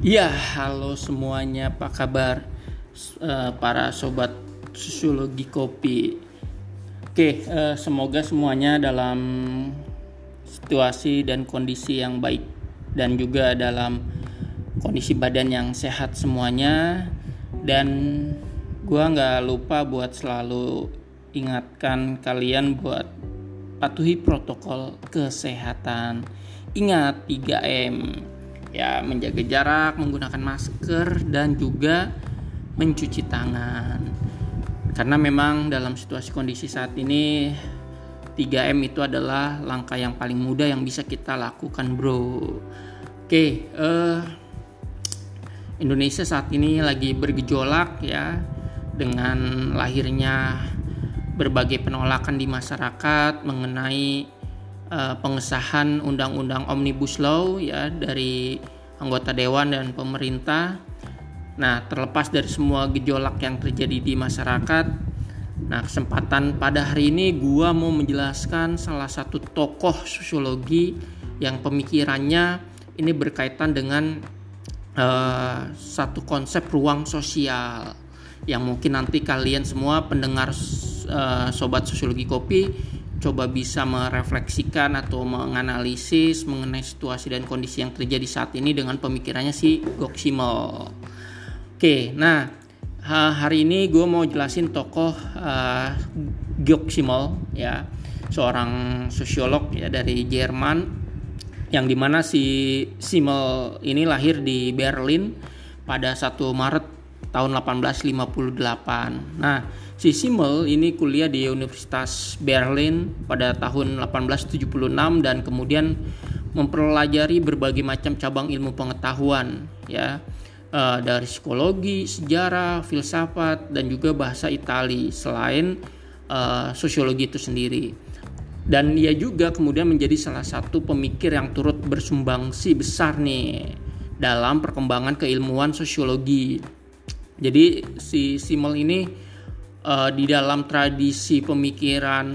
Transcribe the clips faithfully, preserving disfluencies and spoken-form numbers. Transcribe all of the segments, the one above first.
Ya, halo semuanya, apa kabar? S- eh, para sobat sosiologi kopi. Oke, eh, semoga semuanya dalam situasi dan kondisi yang baik dan juga dalam kondisi badan yang sehat semuanya. Dan gua nggak lupa buat selalu ingatkan kalian buat patuhi protokol kesehatan. Ingat tiga M. Ya, menjaga jarak, menggunakan masker, dan juga mencuci tangan. Karena memang dalam situasi kondisi saat ini tiga M itu adalah langkah yang paling mudah yang bisa kita lakukan, bro. Oke, eh, Indonesia saat ini lagi bergejolak ya, dengan lahirnya berbagai penolakan di masyarakat mengenai Uh, pengesahan undang-undang Omnibus Law ya dari anggota dewan dan pemerintah. Nah, terlepas dari semua gejolak yang terjadi di masyarakat, nah kesempatan pada hari ini gua mau menjelaskan salah satu tokoh sosiologi yang pemikirannya ini berkaitan dengan uh, satu konsep ruang sosial yang mungkin nanti kalian semua pendengar uh, sobat sosiologi kopi coba bisa merefleksikan atau menganalisis mengenai situasi dan kondisi yang terjadi saat ini dengan pemikirannya si Gok-Shimol. Oke, nah hari ini gue mau jelasin tokoh uh, Gok-Shimol ya, seorang sosiolog ya dari Jerman, yang dimana si Shimol ini lahir di Berlin pada satu Maret tahun delapan belas lima puluh delapan. Nah, si Shimol ini kuliah di Universitas Berlin pada tahun delapan belas tujuh puluh enam dan kemudian mempelajari berbagai macam cabang ilmu pengetahuan ya, e, dari psikologi, sejarah, filsafat dan juga bahasa Itali selain e, sosiologi itu sendiri. Dan ia juga kemudian menjadi salah satu pemikir yang turut bersumbangsi besar nih dalam perkembangan keilmuan sosiologi. Jadi si Shimol ini uh, di dalam tradisi pemikiran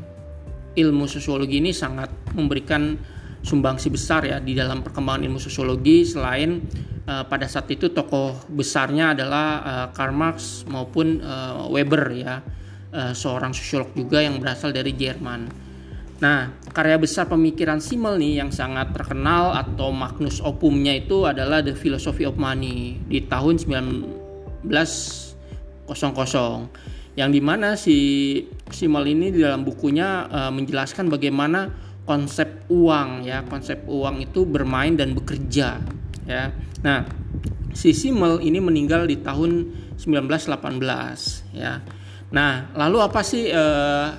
ilmu sosiologi ini sangat memberikan sumbangsi besar ya di dalam perkembangan ilmu sosiologi. Selain uh, pada saat itu tokoh besarnya adalah uh, Karl Marx maupun uh, Weber ya, uh, seorang sosiolog juga yang berasal dari Jerman. Nah, karya besar pemikiran Shimol nih yang sangat terkenal atau magnus opumnya itu adalah The Philosophy of Money di tahun sembilan belas ratus, yang dimana si Shimol ini di dalam bukunya uh, menjelaskan bagaimana konsep uang ya, konsep uang itu bermain dan bekerja ya. Nah, si Shimol ini meninggal di tahun sembilan belas delapan belas ya. Nah, lalu apa sih uh,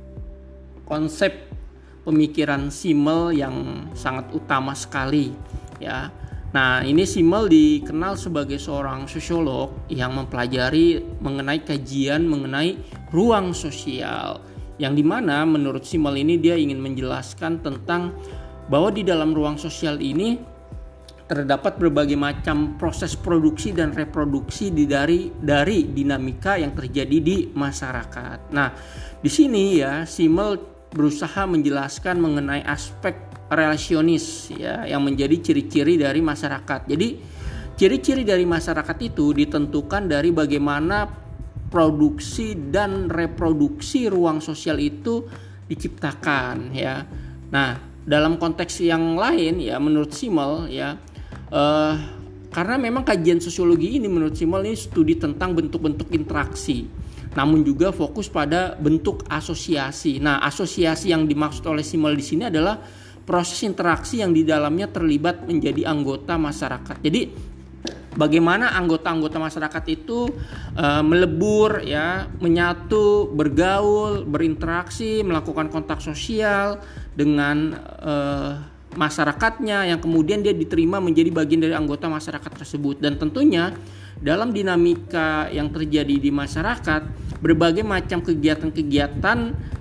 konsep pemikiran Shimol yang sangat utama sekali ya? Nah, ini Shimol dikenal sebagai seorang sosiolog yang mempelajari mengenai kajian mengenai ruang sosial, yang dimana menurut Shimol ini dia ingin menjelaskan tentang bahwa di dalam ruang sosial ini terdapat berbagai macam proses produksi dan reproduksi di dari dari dinamika yang terjadi di masyarakat. Nah, di sini ya Shimol berusaha menjelaskan mengenai aspek relasionis ya yang menjadi ciri-ciri dari masyarakat. Jadi ciri-ciri dari masyarakat itu ditentukan dari bagaimana produksi dan reproduksi ruang sosial itu diciptakan ya. Nah, dalam konteks yang lain ya menurut Shimol ya eh, karena memang kajian sosiologi ini menurut Shimol ini studi tentang bentuk-bentuk interaksi, namun juga fokus pada bentuk asosiasi. Nah, asosiasi yang dimaksud oleh Shimol di sini adalah proses interaksi yang di dalamnya terlibat menjadi anggota masyarakat. Jadi bagaimana anggota-anggota masyarakat itu e, melebur ya, menyatu, bergaul, berinteraksi, melakukan kontak sosial dengan e, masyarakatnya yang kemudian dia diterima menjadi bagian dari anggota masyarakat tersebut. Dan tentunya dalam dinamika yang terjadi di masyarakat, berbagai macam kegiatan-kegiatan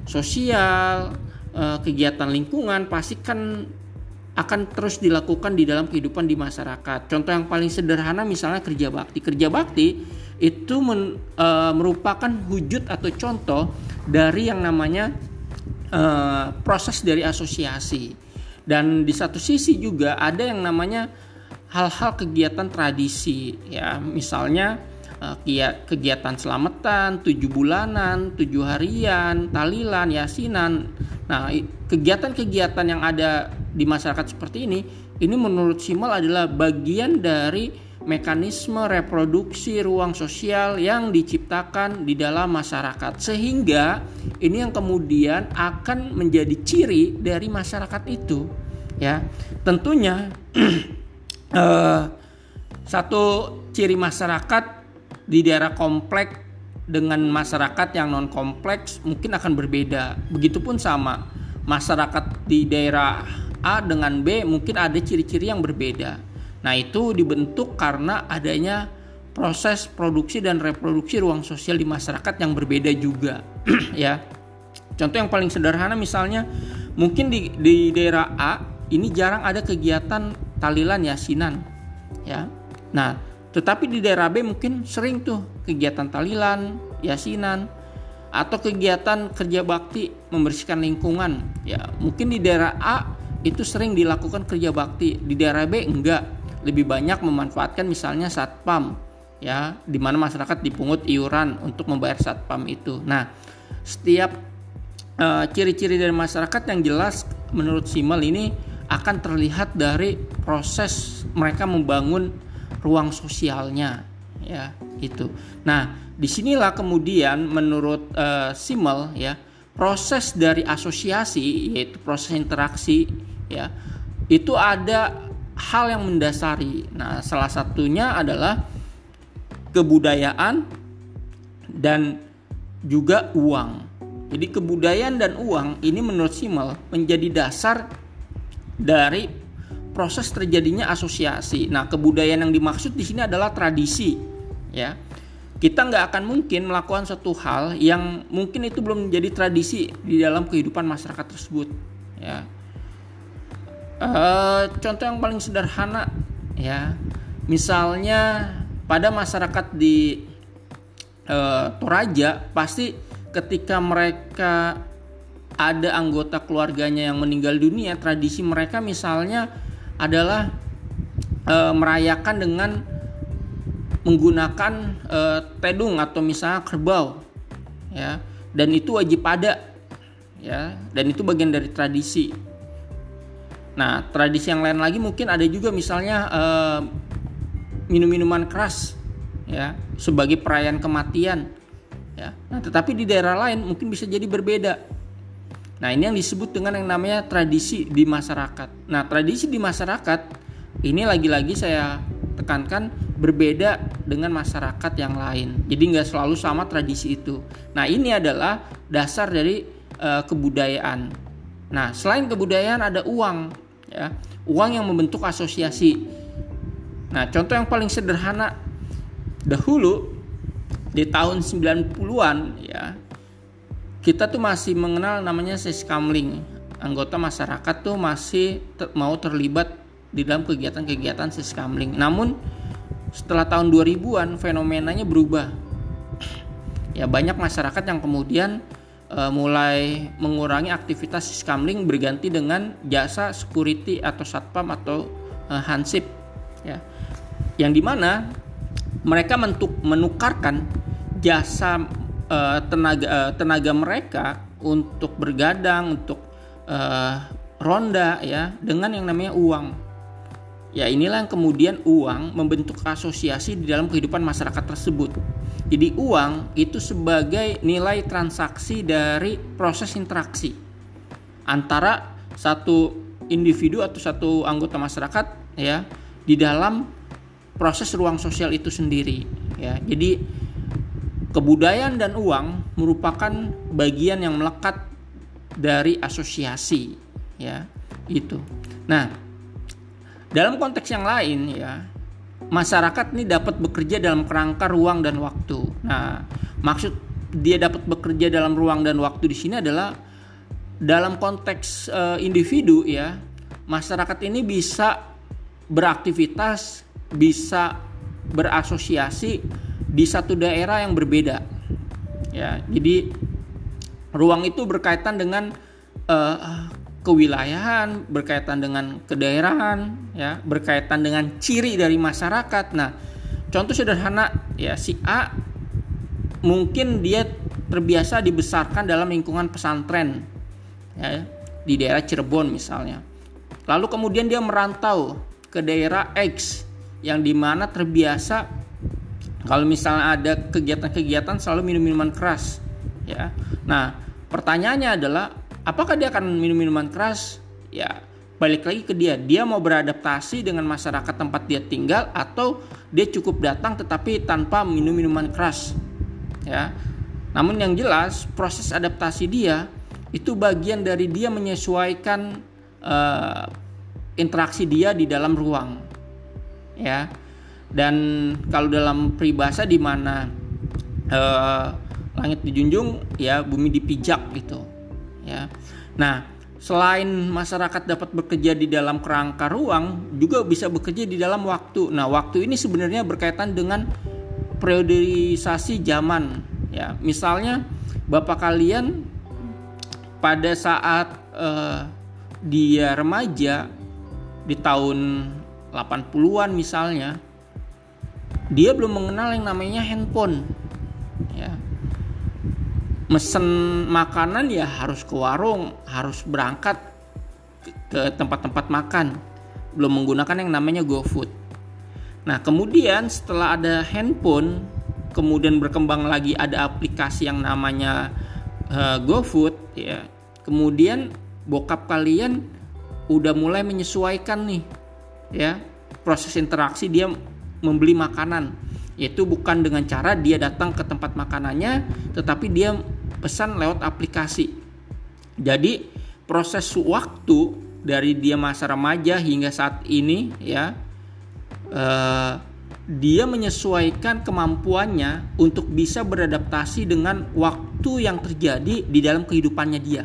sosial, kegiatan lingkungan pasti kan akan terus dilakukan di dalam kehidupan di masyarakat. Contoh yang paling sederhana misalnya kerja bakti. Kerja bakti itu men, e, merupakan wujud atau contoh dari yang namanya e, proses dari asosiasi. Dan di satu sisi juga ada yang namanya hal-hal kegiatan tradisi ya, misalnya kegiatan selamatan, tujuh bulanan, tujuh harian, tahlilan, yasinan. Nah, kegiatan-kegiatan yang ada di masyarakat seperti ini, ini menurut Simmel adalah bagian dari mekanisme reproduksi ruang sosial yang diciptakan di dalam masyarakat. Sehingga ini yang kemudian akan menjadi ciri dari masyarakat itu. Ya, tentunya eh, satu ciri masyarakat di daerah kompleks dengan masyarakat yang non kompleks mungkin akan berbeda. Begitupun sama masyarakat di daerah A dengan B mungkin ada ciri-ciri yang berbeda. Nah, itu dibentuk karena adanya proses produksi dan reproduksi ruang sosial di masyarakat yang berbeda juga. Ya, contoh yang paling sederhana misalnya mungkin di, di daerah A ini jarang ada kegiatan tahlilan yasinan, ya. Nah, tetapi di daerah B mungkin sering tuh kegiatan tahlilan, yasinan, atau kegiatan kerja bakti membersihkan lingkungan. Ya, mungkin di daerah A itu sering dilakukan kerja bakti, di daerah B enggak, lebih banyak memanfaatkan misalnya satpam, ya, di mana masyarakat dipungut iuran untuk membayar satpam itu. Nah, setiap uh, ciri-ciri dari masyarakat yang jelas menurut Simmel ini akan terlihat dari proses mereka membangun ruang sosialnya, ya, gitu. Nah, disinilah kemudian menurut uh, Simmel, ya, proses dari asosiasi yaitu proses interaksi, ya, itu ada hal yang mendasari. Nah, salah satunya adalah kebudayaan dan juga uang. Jadi kebudayaan dan uang ini menurut Simmel menjadi dasar dari proses terjadinya asosiasi. Nah, kebudayaan yang dimaksud di sini adalah tradisi, ya. Kita nggak akan mungkin melakukan suatu hal yang mungkin itu belum menjadi tradisi di dalam kehidupan masyarakat tersebut, ya. E, contoh yang paling sederhana, ya, misalnya pada masyarakat di e, Toraja, pasti ketika mereka ada anggota keluarganya yang meninggal dunia, tradisi mereka misalnya adalah e, merayakan dengan menggunakan e, tedung atau misalnya kerbau, ya, dan itu wajib ada, ya, dan itu bagian dari tradisi. Nah, tradisi yang lain lagi mungkin ada juga misalnya e, minum-minuman keras, ya, sebagai perayaan kematian, ya. Nah, tetapi di daerah lain mungkin bisa jadi berbeda. Nah, ini yang disebut dengan yang namanya tradisi di masyarakat. Nah, tradisi di masyarakat ini lagi-lagi saya tekankan berbeda dengan masyarakat yang lain. Jadi nggak selalu sama tradisi itu. Nah, ini adalah dasar dari e, kebudayaan. Nah, selain kebudayaan ada uang, ya, uang yang membentuk asosiasi. Nah, contoh yang paling sederhana dahulu di tahun sembilan puluhan, ya, kita tuh masih mengenal namanya seskamling. Anggota masyarakat tuh masih ter- mau terlibat di dalam kegiatan-kegiatan seskamling. Namun setelah tahun dua ribuan fenomenanya berubah. Ya, banyak masyarakat yang kemudian e, mulai mengurangi aktivitas seskamling berganti dengan jasa security atau satpam atau e, hansip, ya. Yang dimana mereka mentuk, menukarkan jasa tenaga tenaga mereka untuk bergadang, untuk uh, ronda, ya, dengan yang namanya uang. Ya, inilah yang kemudian uang membentuk asosiasi di dalam kehidupan masyarakat tersebut. Jadi uang itu sebagai nilai transaksi dari proses interaksi antara satu individu atau satu anggota masyarakat, ya, di dalam proses ruang sosial itu sendiri, ya. Jadi kebudayaan dan uang merupakan bagian yang melekat dari asosiasi, ya, itu. Nah, dalam konteks yang lain, ya, masyarakat ini dapat bekerja dalam kerangka ruang dan waktu. Nah, maksud dia dapat bekerja dalam ruang dan waktu di sini adalah dalam konteks e, individu, ya, masyarakat ini bisa beraktivitas, bisa berasosiasi di satu daerah yang berbeda, ya. Jadi ruang itu berkaitan dengan uh, kewilayahan, berkaitan dengan kedaerahan, ya, berkaitan dengan ciri dari masyarakat. Nah, contoh sederhana ya, si A mungkin dia terbiasa dibesarkan dalam lingkungan pesantren, ya, di daerah Cirebon misalnya. Lalu kemudian dia merantau ke daerah X yang dimana terbiasa kalau misalnya ada kegiatan-kegiatan selalu minum minuman keras, ya. Nah, pertanyaannya adalah apakah dia akan minum minuman keras? Ya, balik lagi ke dia. Dia mau beradaptasi dengan masyarakat tempat dia tinggal atau dia cukup datang tetapi tanpa minum minuman keras, ya. Namun yang jelas proses adaptasi dia itu bagian dari dia menyesuaikan uh, interaksi dia di dalam ruang, ya. Dan kalau dalam peribahasa di mana uh, langit dijunjung, ya bumi dipijak gitu, ya. Nah, selain masyarakat dapat bekerja di dalam kerangka ruang, juga bisa bekerja di dalam waktu. Nah, waktu ini sebenarnya berkaitan dengan periodisasi zaman, ya. Misalnya bapak kalian pada saat uh, dia remaja di tahun delapan puluhan misalnya, dia belum mengenal yang namanya handphone, ya. Mesen makanan ya harus ke warung, harus berangkat ke tempat-tempat makan, belum menggunakan yang namanya GoFood. Nah, kemudian setelah ada handphone, kemudian berkembang lagi ada aplikasi yang namanya uh, GoFood, ya. Kemudian bokap kalian udah mulai menyesuaikan nih, ya, proses interaksi dia membeli makanan, yaitu bukan dengan cara dia datang ke tempat makanannya, tetapi dia pesan lewat aplikasi. Jadi proses waktu dari dia masa remaja hingga saat ini, ya, eh, dia menyesuaikan kemampuannya untuk bisa beradaptasi dengan waktu yang terjadi di dalam kehidupannya dia.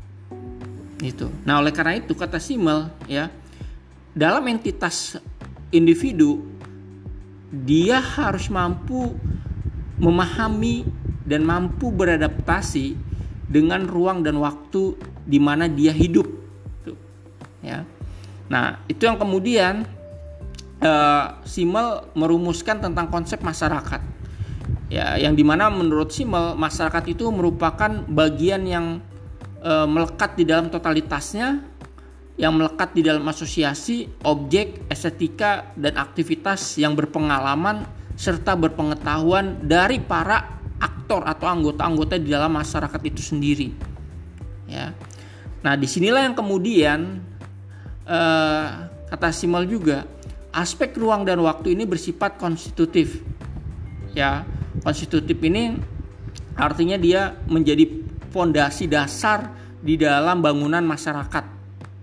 Itu. Nah, oleh karena itu kata Simmel, ya, dalam entitas individu dia harus mampu memahami dan mampu beradaptasi dengan ruang dan waktu di mana dia hidup, ya. Nah, itu yang kemudian uh, Simmel merumuskan tentang konsep masyarakat, ya, yang dimana menurut Simmel masyarakat itu merupakan bagian yang uh, melekat di dalam totalitasnya, yang melekat di dalam asosiasi, objek, estetika, dan aktivitas yang berpengalaman serta berpengetahuan dari para aktor atau anggota-anggota di dalam masyarakat itu sendiri, ya. Nah, disinilah yang kemudian eh, kata Simmel juga aspek ruang dan waktu ini bersifat konstitutif, ya. Konstitutif ini artinya dia menjadi fondasi dasar di dalam bangunan masyarakat,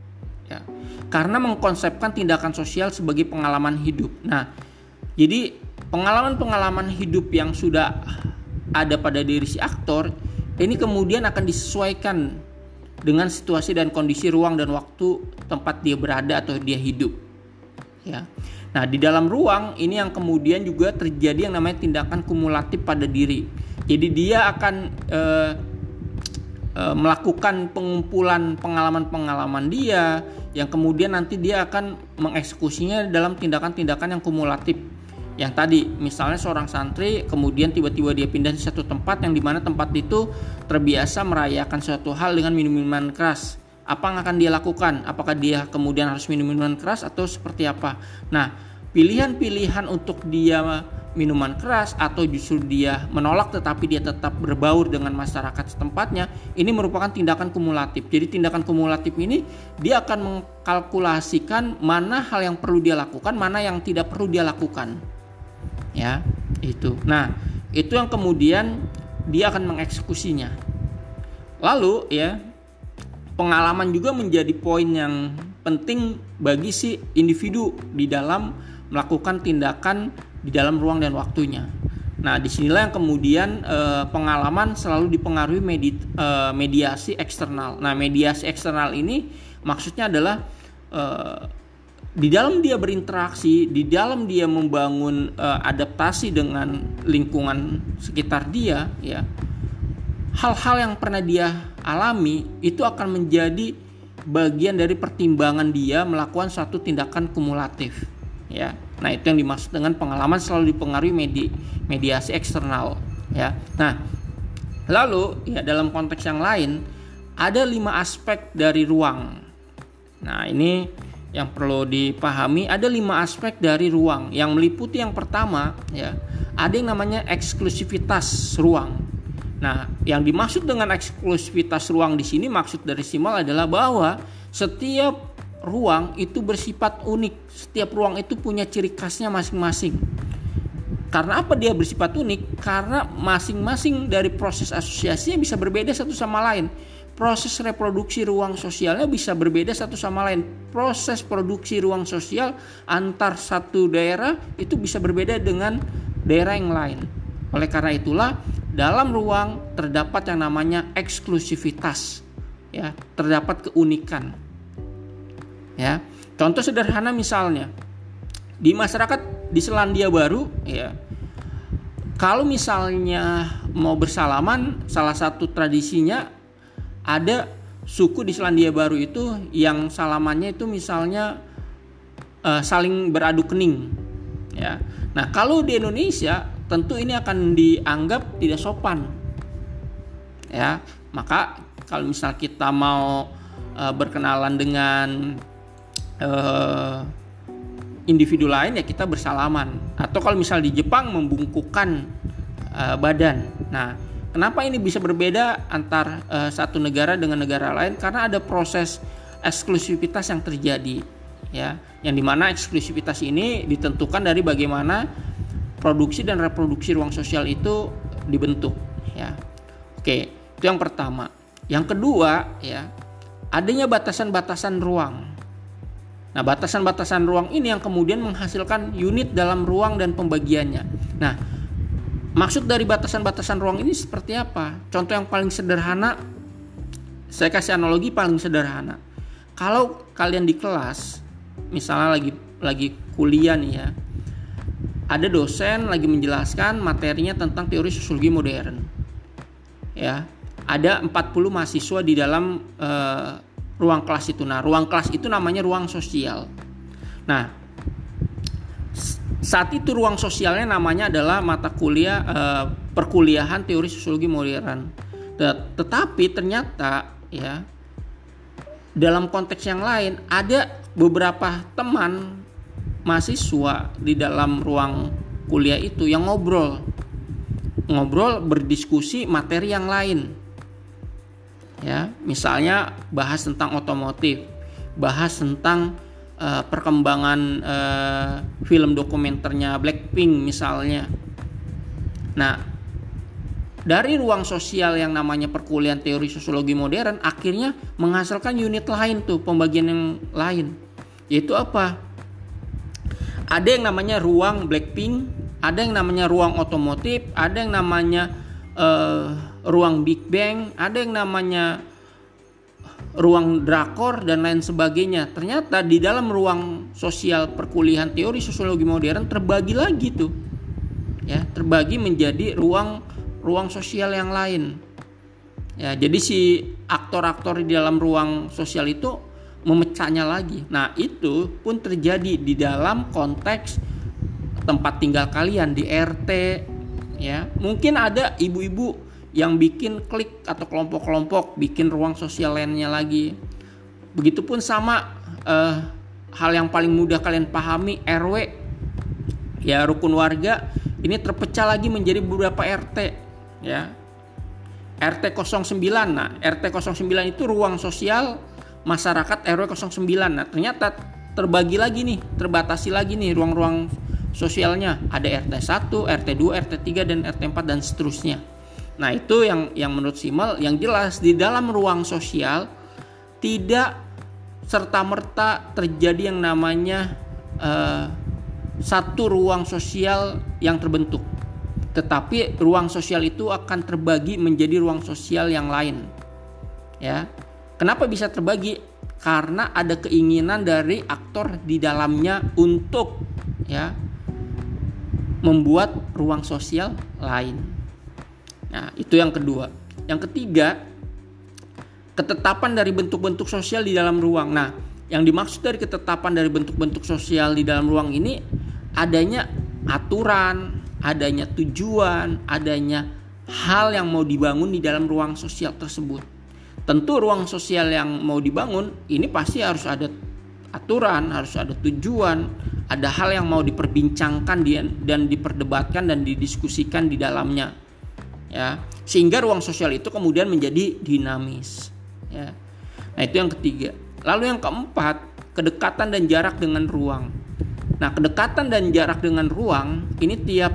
karena mengkonsepkan tindakan sosial sebagai pengalaman hidup. Nah, jadi pengalaman-pengalaman hidup yang sudah ada pada diri si aktor ini kemudian akan disesuaikan dengan situasi dan kondisi ruang dan waktu tempat dia berada atau dia hidup, ya. Nah, di dalam ruang ini yang kemudian juga terjadi yang namanya tindakan kumulatif pada diri. Jadi dia akan eh, melakukan pengumpulan pengalaman-pengalaman dia yang kemudian nanti dia akan mengeksekusinya dalam tindakan-tindakan yang kumulatif. Yang tadi misalnya seorang santri kemudian tiba-tiba dia pindah di satu tempat yang dimana tempat itu terbiasa merayakan suatu hal dengan minum-minuman keras. Apa yang akan dia lakukan? Apakah dia kemudian harus minum minuman keras atau seperti apa? Nah, pilihan-pilihan untuk dia minuman keras atau justru dia menolak tetapi dia tetap berbaur dengan masyarakat setempatnya, ini merupakan tindakan kumulatif. Jadi tindakan kumulatif ini dia akan mengkalkulasikan mana hal yang perlu dia lakukan, mana yang tidak perlu dia lakukan, ya, itu. Nah, itu yang kemudian dia akan mengeksekusinya. Lalu, ya, pengalaman juga menjadi poin yang penting bagi si individu di dalam melakukan tindakan di dalam ruang dan waktunya. Nah, disinilah yang kemudian eh, pengalaman selalu dipengaruhi medi, eh, mediasi eksternal. Nah, mediasi eksternal ini maksudnya adalah eh, di dalam dia berinteraksi, di dalam dia membangun eh, adaptasi dengan lingkungan sekitar dia, ya, hal-hal yang pernah dia alami itu akan menjadi bagian dari pertimbangan dia melakukan suatu tindakan kumulatif, ya. Nah, itu yang dimaksud dengan pengalaman selalu dipengaruhi medi- mediasi eksternal, ya. Nah, lalu ya dalam konteks yang lain ada lima aspek dari ruang. Nah, ini yang perlu dipahami, ada lima aspek dari ruang yang meliputi yang pertama, ya, ada yang namanya eksklusivitas ruang. Nah, yang dimaksud dengan eksklusivitas ruang di sini, maksud dari Simmel adalah bahwa setiap ruang itu bersifat unik. Setiap ruang itu punya ciri khasnya masing-masing. Karena apa dia bersifat unik? Karena masing-masing dari proses asosiasinya bisa berbeda satu sama lain. Proses reproduksi ruang sosialnya bisa berbeda satu sama lain. Proses produksi ruang sosial antar satu daerah itu bisa berbeda dengan daerah yang lain. Oleh karena itulah dalam ruang terdapat yang namanya eksklusivitas, ya, terdapat keunikan. Ya, contoh sederhana misalnya di masyarakat di Selandia Baru, ya, kalau misalnya mau bersalaman, salah satu tradisinya ada suku di Selandia Baru itu yang salamannya itu misalnya uh, saling beradu kening, ya. Nah, kalau di Indonesia tentu ini akan dianggap tidak sopan, ya. Maka kalau misal kita mau uh, berkenalan dengan uh, individu lain, ya kita bersalaman. Atau kalau misal di Jepang membungkukkan uh, badan. Nah, kenapa ini bisa berbeda antar uh, satu negara dengan negara lain? Karena ada proses eksklusivitas yang terjadi, ya. Yang dimana eksklusivitas ini ditentukan dari bagaimana produksi dan reproduksi ruang sosial itu dibentuk, ya. Oke, itu yang pertama. Yang kedua, ya, adanya batasan-batasan ruang. Nah, batasan-batasan ruang ini yang kemudian menghasilkan unit dalam ruang dan pembagiannya. Nah, maksud dari batasan-batasan ruang ini seperti apa? Contoh yang paling sederhana, saya kasih analogi paling sederhana. Kalau kalian di kelas, misalnya lagi lagi kuliah nih, ya, ada dosen lagi menjelaskan materinya tentang teori sosiologi modern, ya, ada empat puluh mahasiswa di dalam uh, ruang kelas itu. Nah, ruang kelas itu namanya ruang sosial. Nah, saat itu ruang sosialnya namanya adalah mata kuliah uh, perkuliahan teori sosiologi modern. Tetapi ternyata, ya, dalam konteks yang lain ada beberapa teman mahasiswa di dalam ruang kuliah itu yang ngobrol ngobrol berdiskusi materi yang lain, ya, misalnya bahas tentang otomotif, bahas tentang uh, perkembangan uh, film dokumenternya Blackpink misalnya. Nah, dari ruang sosial yang namanya perkuliahan teori sosiologi modern akhirnya menghasilkan unit lain tuh, pembagian yang lain, yaitu apa? Ada yang namanya ruang Blackpink, ada yang namanya ruang otomotif, ada yang namanya uh, ruang Big Bang, ada yang namanya ruang drakor dan lain sebagainya. Ternyata di dalam ruang sosial perkuliahan teori sosiologi modern terbagi lagi tuh, ya, terbagi menjadi ruang ruang sosial yang lain. Ya, jadi si aktor-aktor di dalam ruang sosial itu memecahnya lagi. Nah, itu pun terjadi di dalam konteks tempat tinggal kalian di R T, ya. Mungkin ada ibu-ibu yang bikin klik atau kelompok-kelompok, bikin ruang sosial lainnya lagi. Begitupun sama eh, hal yang paling mudah kalian pahami, R W, ya, rukun warga ini terpecah lagi menjadi beberapa R T, ya. R T nol sembilan. Nah, R T nol sembilan itu ruang sosial masyarakat R W nol sembilan. Nah, ternyata terbagi lagi nih, terbatasi lagi nih ruang-ruang sosialnya. Ada R T satu, R T dua, R T tiga, dan R T empat dan seterusnya. Nah, itu yang yang menurut Simmel yang jelas di dalam ruang sosial tidak serta-merta terjadi yang namanya uh, satu ruang sosial yang terbentuk. Tetapi ruang sosial itu akan terbagi menjadi ruang sosial yang lain. Ya. Kenapa bisa terbagi? Karena ada keinginan dari aktor di dalamnya untuk, ya, membuat ruang sosial lain. Nah, itu yang kedua. Yang ketiga, ketetapan dari bentuk-bentuk sosial di dalam ruang. Nah, yang dimaksud dari ketetapan dari bentuk-bentuk sosial di dalam ruang ini adanya aturan, adanya tujuan, adanya hal yang mau dibangun di dalam ruang sosial tersebut. Tentu ruang sosial yang mau dibangun ini pasti harus ada aturan, harus ada tujuan, ada hal yang mau diperbincangkan dan diperdebatkan dan didiskusikan di dalamnya, ya, sehingga ruang sosial itu kemudian menjadi dinamis, ya. Nah, itu yang ketiga. Lalu yang keempat, kedekatan dan jarak dengan ruang. Nah, kedekatan dan jarak dengan ruang ini tiap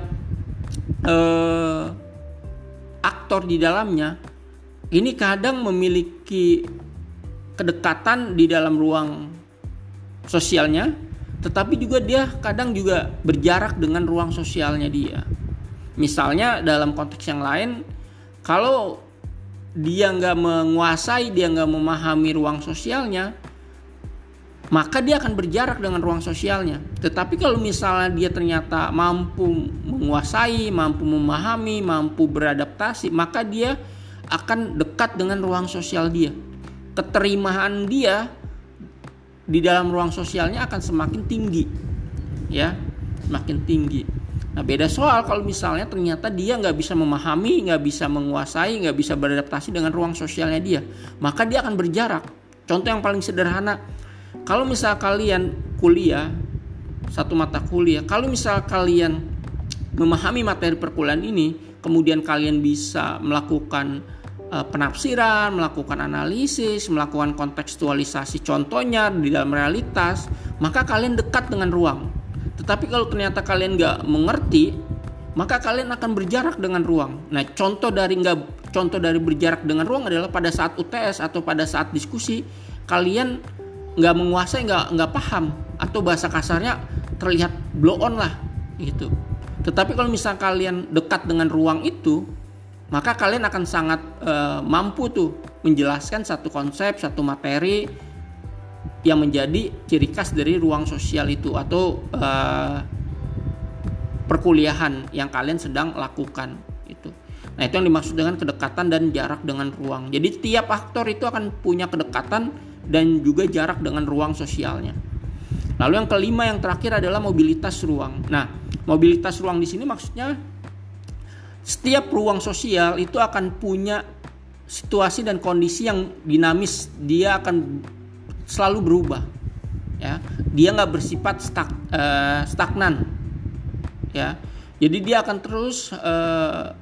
eh, aktor di dalamnya ini kadang memiliki kedekatan di dalam ruang sosialnya, tetapi juga dia kadang juga berjarak dengan ruang sosialnya dia. Misalnya dalam konteks yang lain, kalau dia nggak menguasai, dia nggak memahami ruang sosialnya, maka dia akan berjarak dengan ruang sosialnya. Tetapi kalau misalnya dia ternyata mampu menguasai, mampu memahami, mampu beradaptasi, maka dia akan dekat dengan ruang sosial dia. Keterimaan dia di dalam ruang sosialnya akan semakin tinggi, ya, semakin tinggi. Nah, beda soal kalau misalnya ternyata dia nggak bisa memahami, nggak bisa menguasai, nggak bisa beradaptasi dengan ruang sosialnya dia, maka dia akan berjarak. Contoh yang paling sederhana, kalau misal kalian kuliah satu mata kuliah, kalau misal kalian memahami materi perkuliahan ini, kemudian kalian bisa melakukan penafsiran, melakukan analisis, melakukan kontekstualisasi contohnya di dalam realitas, maka kalian dekat dengan ruang. Tetapi kalau ternyata kalian nggak mengerti, maka kalian akan berjarak dengan ruang. Nah, contoh dari nggak contoh dari berjarak dengan ruang adalah pada saat U T S atau pada saat diskusi, kalian nggak menguasai, nggak nggak paham, atau bahasa kasarnya terlihat blow on lah gitu. Tetapi kalau misalnya kalian dekat dengan ruang itu, maka kalian akan sangat uh, mampu tuh menjelaskan satu konsep, satu materi yang menjadi ciri khas dari ruang sosial itu atau uh, perkuliahan yang kalian sedang lakukan itu. Nah, itu yang dimaksud dengan kedekatan dan jarak dengan ruang. Jadi tiap aktor itu akan punya kedekatan dan juga jarak dengan ruang sosialnya. Lalu yang kelima, yang terakhir adalah mobilitas ruang. Nah, mobilitas ruang di sini maksudnya setiap ruang sosial itu akan punya situasi dan kondisi yang dinamis. Dia akan selalu berubah, ya. Dia nggak bersifat stag, uh, stagnan, ya. Jadi dia akan terus uh,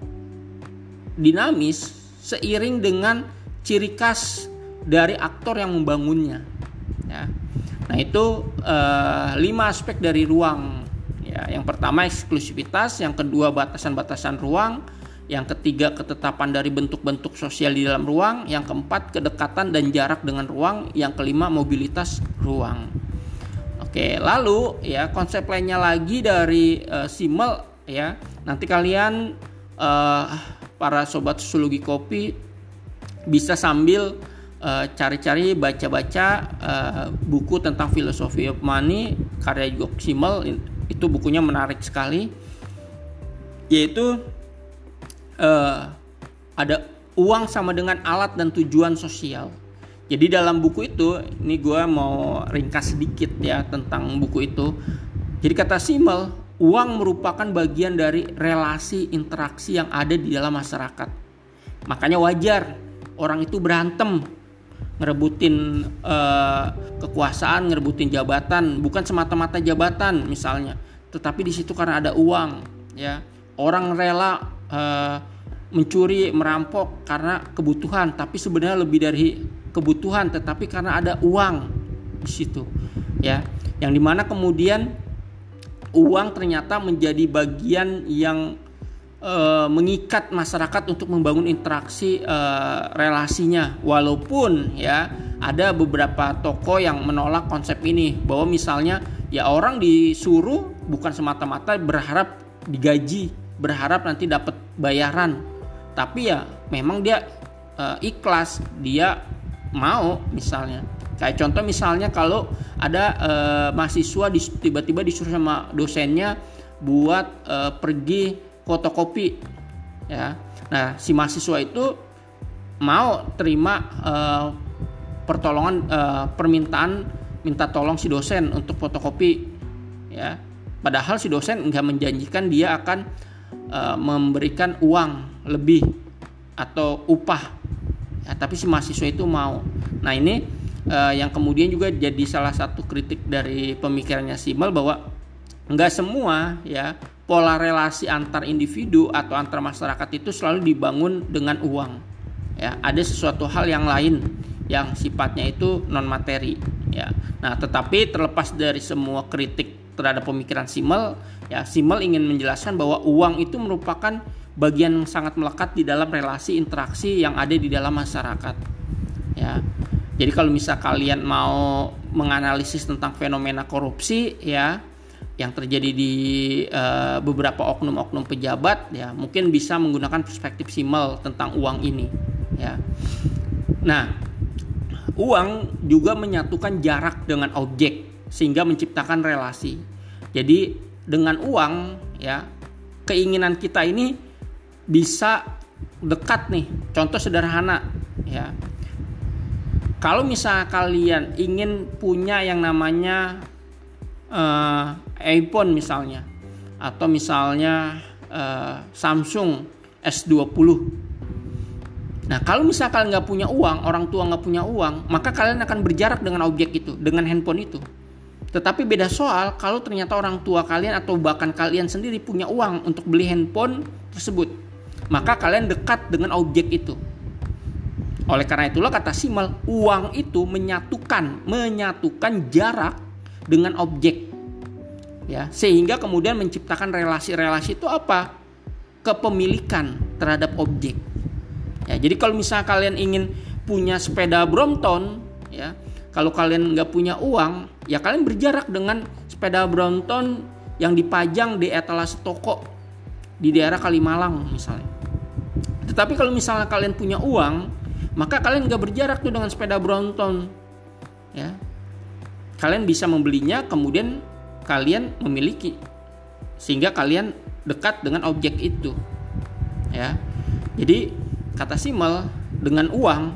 dinamis seiring dengan ciri khas dari aktor yang membangunnya, ya. Nah, itu uh, lima aspek dari ruang. Ya, yang pertama eksklusivitas, yang kedua batasan-batasan ruang, yang ketiga ketetapan dari bentuk-bentuk sosial di dalam ruang, yang keempat kedekatan dan jarak dengan ruang, yang kelima mobilitas ruang. Oke, lalu ya konsep lainnya lagi dari uh, Simmel, ya. Nanti kalian uh, para sobat sosiologi kopi bisa sambil uh, cari-cari baca-baca uh, buku tentang filosofi of money karya Georg Simmel. Itu bukunya menarik sekali, yaitu uh, ada uang sama dengan alat dan tujuan sosial. Jadi dalam buku itu, ini gue mau ringkas sedikit ya tentang buku itu. Jadi kata Simmel, uang merupakan bagian dari relasi interaksi yang ada di dalam masyarakat. Makanya wajar orang itu berantem, ngerebutin uh, kekuasaan, ngerebutin jabatan, bukan semata-mata jabatan misalnya, tetapi di situ karena ada uang, ya. Orang rela uh, mencuri, merampok karena kebutuhan, tapi sebenarnya lebih dari kebutuhan, tetapi karena ada uang di situ, ya. Yang dimana kemudian uang ternyata menjadi bagian yang Uh, mengikat masyarakat untuk membangun interaksi uh, relasinya, walaupun ya ada beberapa tokoh yang menolak konsep ini, bahwa misalnya ya orang disuruh bukan semata-mata berharap digaji, berharap nanti dapat bayaran, tapi ya memang dia uh, ikhlas, dia mau. Misalnya kayak contoh misalnya kalau ada uh, mahasiswa dis, tiba-tiba disuruh sama dosennya buat uh, pergi fotokopi, ya. Nah, si mahasiswa itu mau terima uh, pertolongan uh, permintaan minta tolong si dosen untuk fotokopi, ya. Padahal si dosen nggak menjanjikan dia akan uh, memberikan uang lebih atau upah, ya, tapi si mahasiswa itu mau. Nah ini uh, yang kemudian juga jadi salah satu kritik dari pemikirannya Simmel, bahwa nggak semua ya pola relasi antar individu atau antar masyarakat itu selalu dibangun dengan uang. Ya, ada sesuatu hal yang lain yang sifatnya itu non materi. Ya, nah tetapi terlepas dari semua kritik terhadap pemikiran Simmel, ya Simmel ingin menjelaskan bahwa uang itu merupakan bagian yang sangat melekat di dalam relasi interaksi yang ada di dalam masyarakat. Ya, jadi kalau misal kalian mau menganalisis tentang fenomena korupsi, ya yang terjadi di uh, beberapa oknum-oknum pejabat, ya mungkin bisa menggunakan perspektif Simmel tentang uang ini, ya. Nah, uang juga menyatukan jarak dengan objek sehingga menciptakan relasi. Jadi dengan uang, ya keinginan kita ini bisa dekat nih. Contoh sederhana, ya. Kalau misal kalian ingin punya yang namanya uh, iPhone misalnya, atau misalnya uh, Samsung S dua puluh. Nah kalau misal kalian nggak punya uang, orang tua nggak punya uang, maka kalian akan berjarak dengan objek itu, dengan handphone itu. Tetapi beda soal kalau ternyata orang tua kalian atau bahkan kalian sendiri punya uang untuk beli handphone tersebut, maka kalian dekat dengan objek itu. Oleh karena itulah kata Simmel, uang itu menyatukan, menyatukan jarak dengan objek. Ya, sehingga kemudian menciptakan relasi-relasi itu apa? Kepemilikan terhadap objek. Ya, jadi kalau misalnya kalian ingin punya sepeda Brompton, ya, kalau kalian nggak punya uang, ya kalian berjarak dengan sepeda Brompton yang dipajang di etalase toko di daerah Kalimalang misalnya. Tetapi kalau misalnya kalian punya uang, maka kalian nggak berjarak tuh dengan sepeda Brompton. Ya, kalian bisa membelinya, kemudian kalian memiliki, sehingga kalian dekat dengan objek itu. Ya, jadi kata Simmel, dengan uang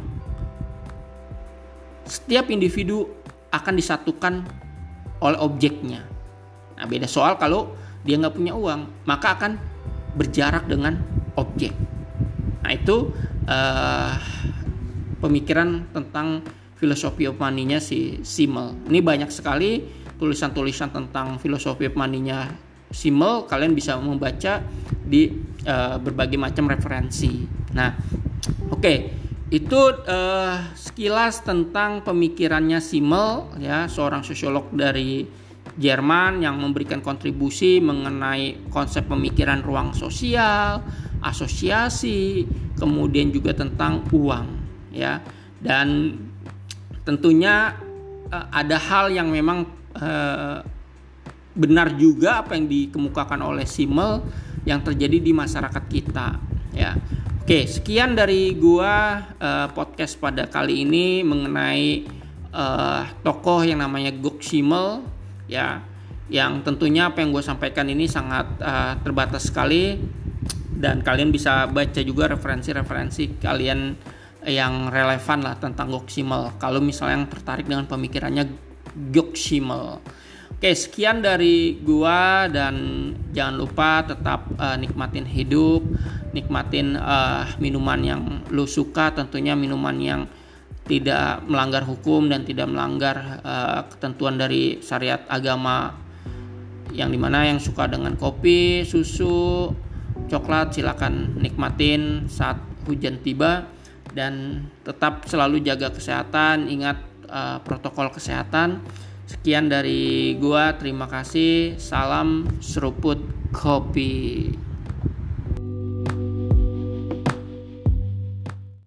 setiap individu akan disatukan oleh objeknya. Nah beda soal kalau dia nggak punya uang, maka akan berjarak dengan objek. Nah itu uh, pemikiran tentang filosofi of money-nya si Simmel. Ini banyak sekali tulisan-tulisan tentang filosofi of money-nya Simmel, kalian bisa membaca di uh, berbagai macam referensi. Nah, oke, okay. Itu uh, sekilas tentang pemikirannya Simmel, ya, seorang sosiolog dari Jerman yang memberikan kontribusi mengenai konsep pemikiran ruang sosial, asosiasi, kemudian juga tentang uang, ya. Dan tentunya uh, ada hal yang memang Uh, benar juga apa yang dikemukakan oleh Simmel yang terjadi di masyarakat kita, ya. Oke, sekian dari gua uh, podcast pada kali ini mengenai uh, tokoh yang namanya Georg Simmel, ya, yang tentunya apa yang gue sampaikan ini sangat uh, terbatas sekali, dan kalian bisa baca juga referensi-referensi kalian yang relevan lah tentang Georg Simmel kalau misalnya yang tertarik dengan pemikirannya Georg Simmel. Oke, sekian dari gua, dan jangan lupa tetap uh, nikmatin hidup, nikmatin uh, minuman yang lu suka, tentunya minuman yang tidak melanggar hukum dan tidak melanggar uh, ketentuan dari syariat agama, yang dimana yang suka dengan kopi, susu, coklat silakan nikmatin saat hujan tiba, dan tetap selalu jaga kesehatan, ingat Uh, protokol kesehatan. Sekian dari gua, terima kasih, salam seruput kopi.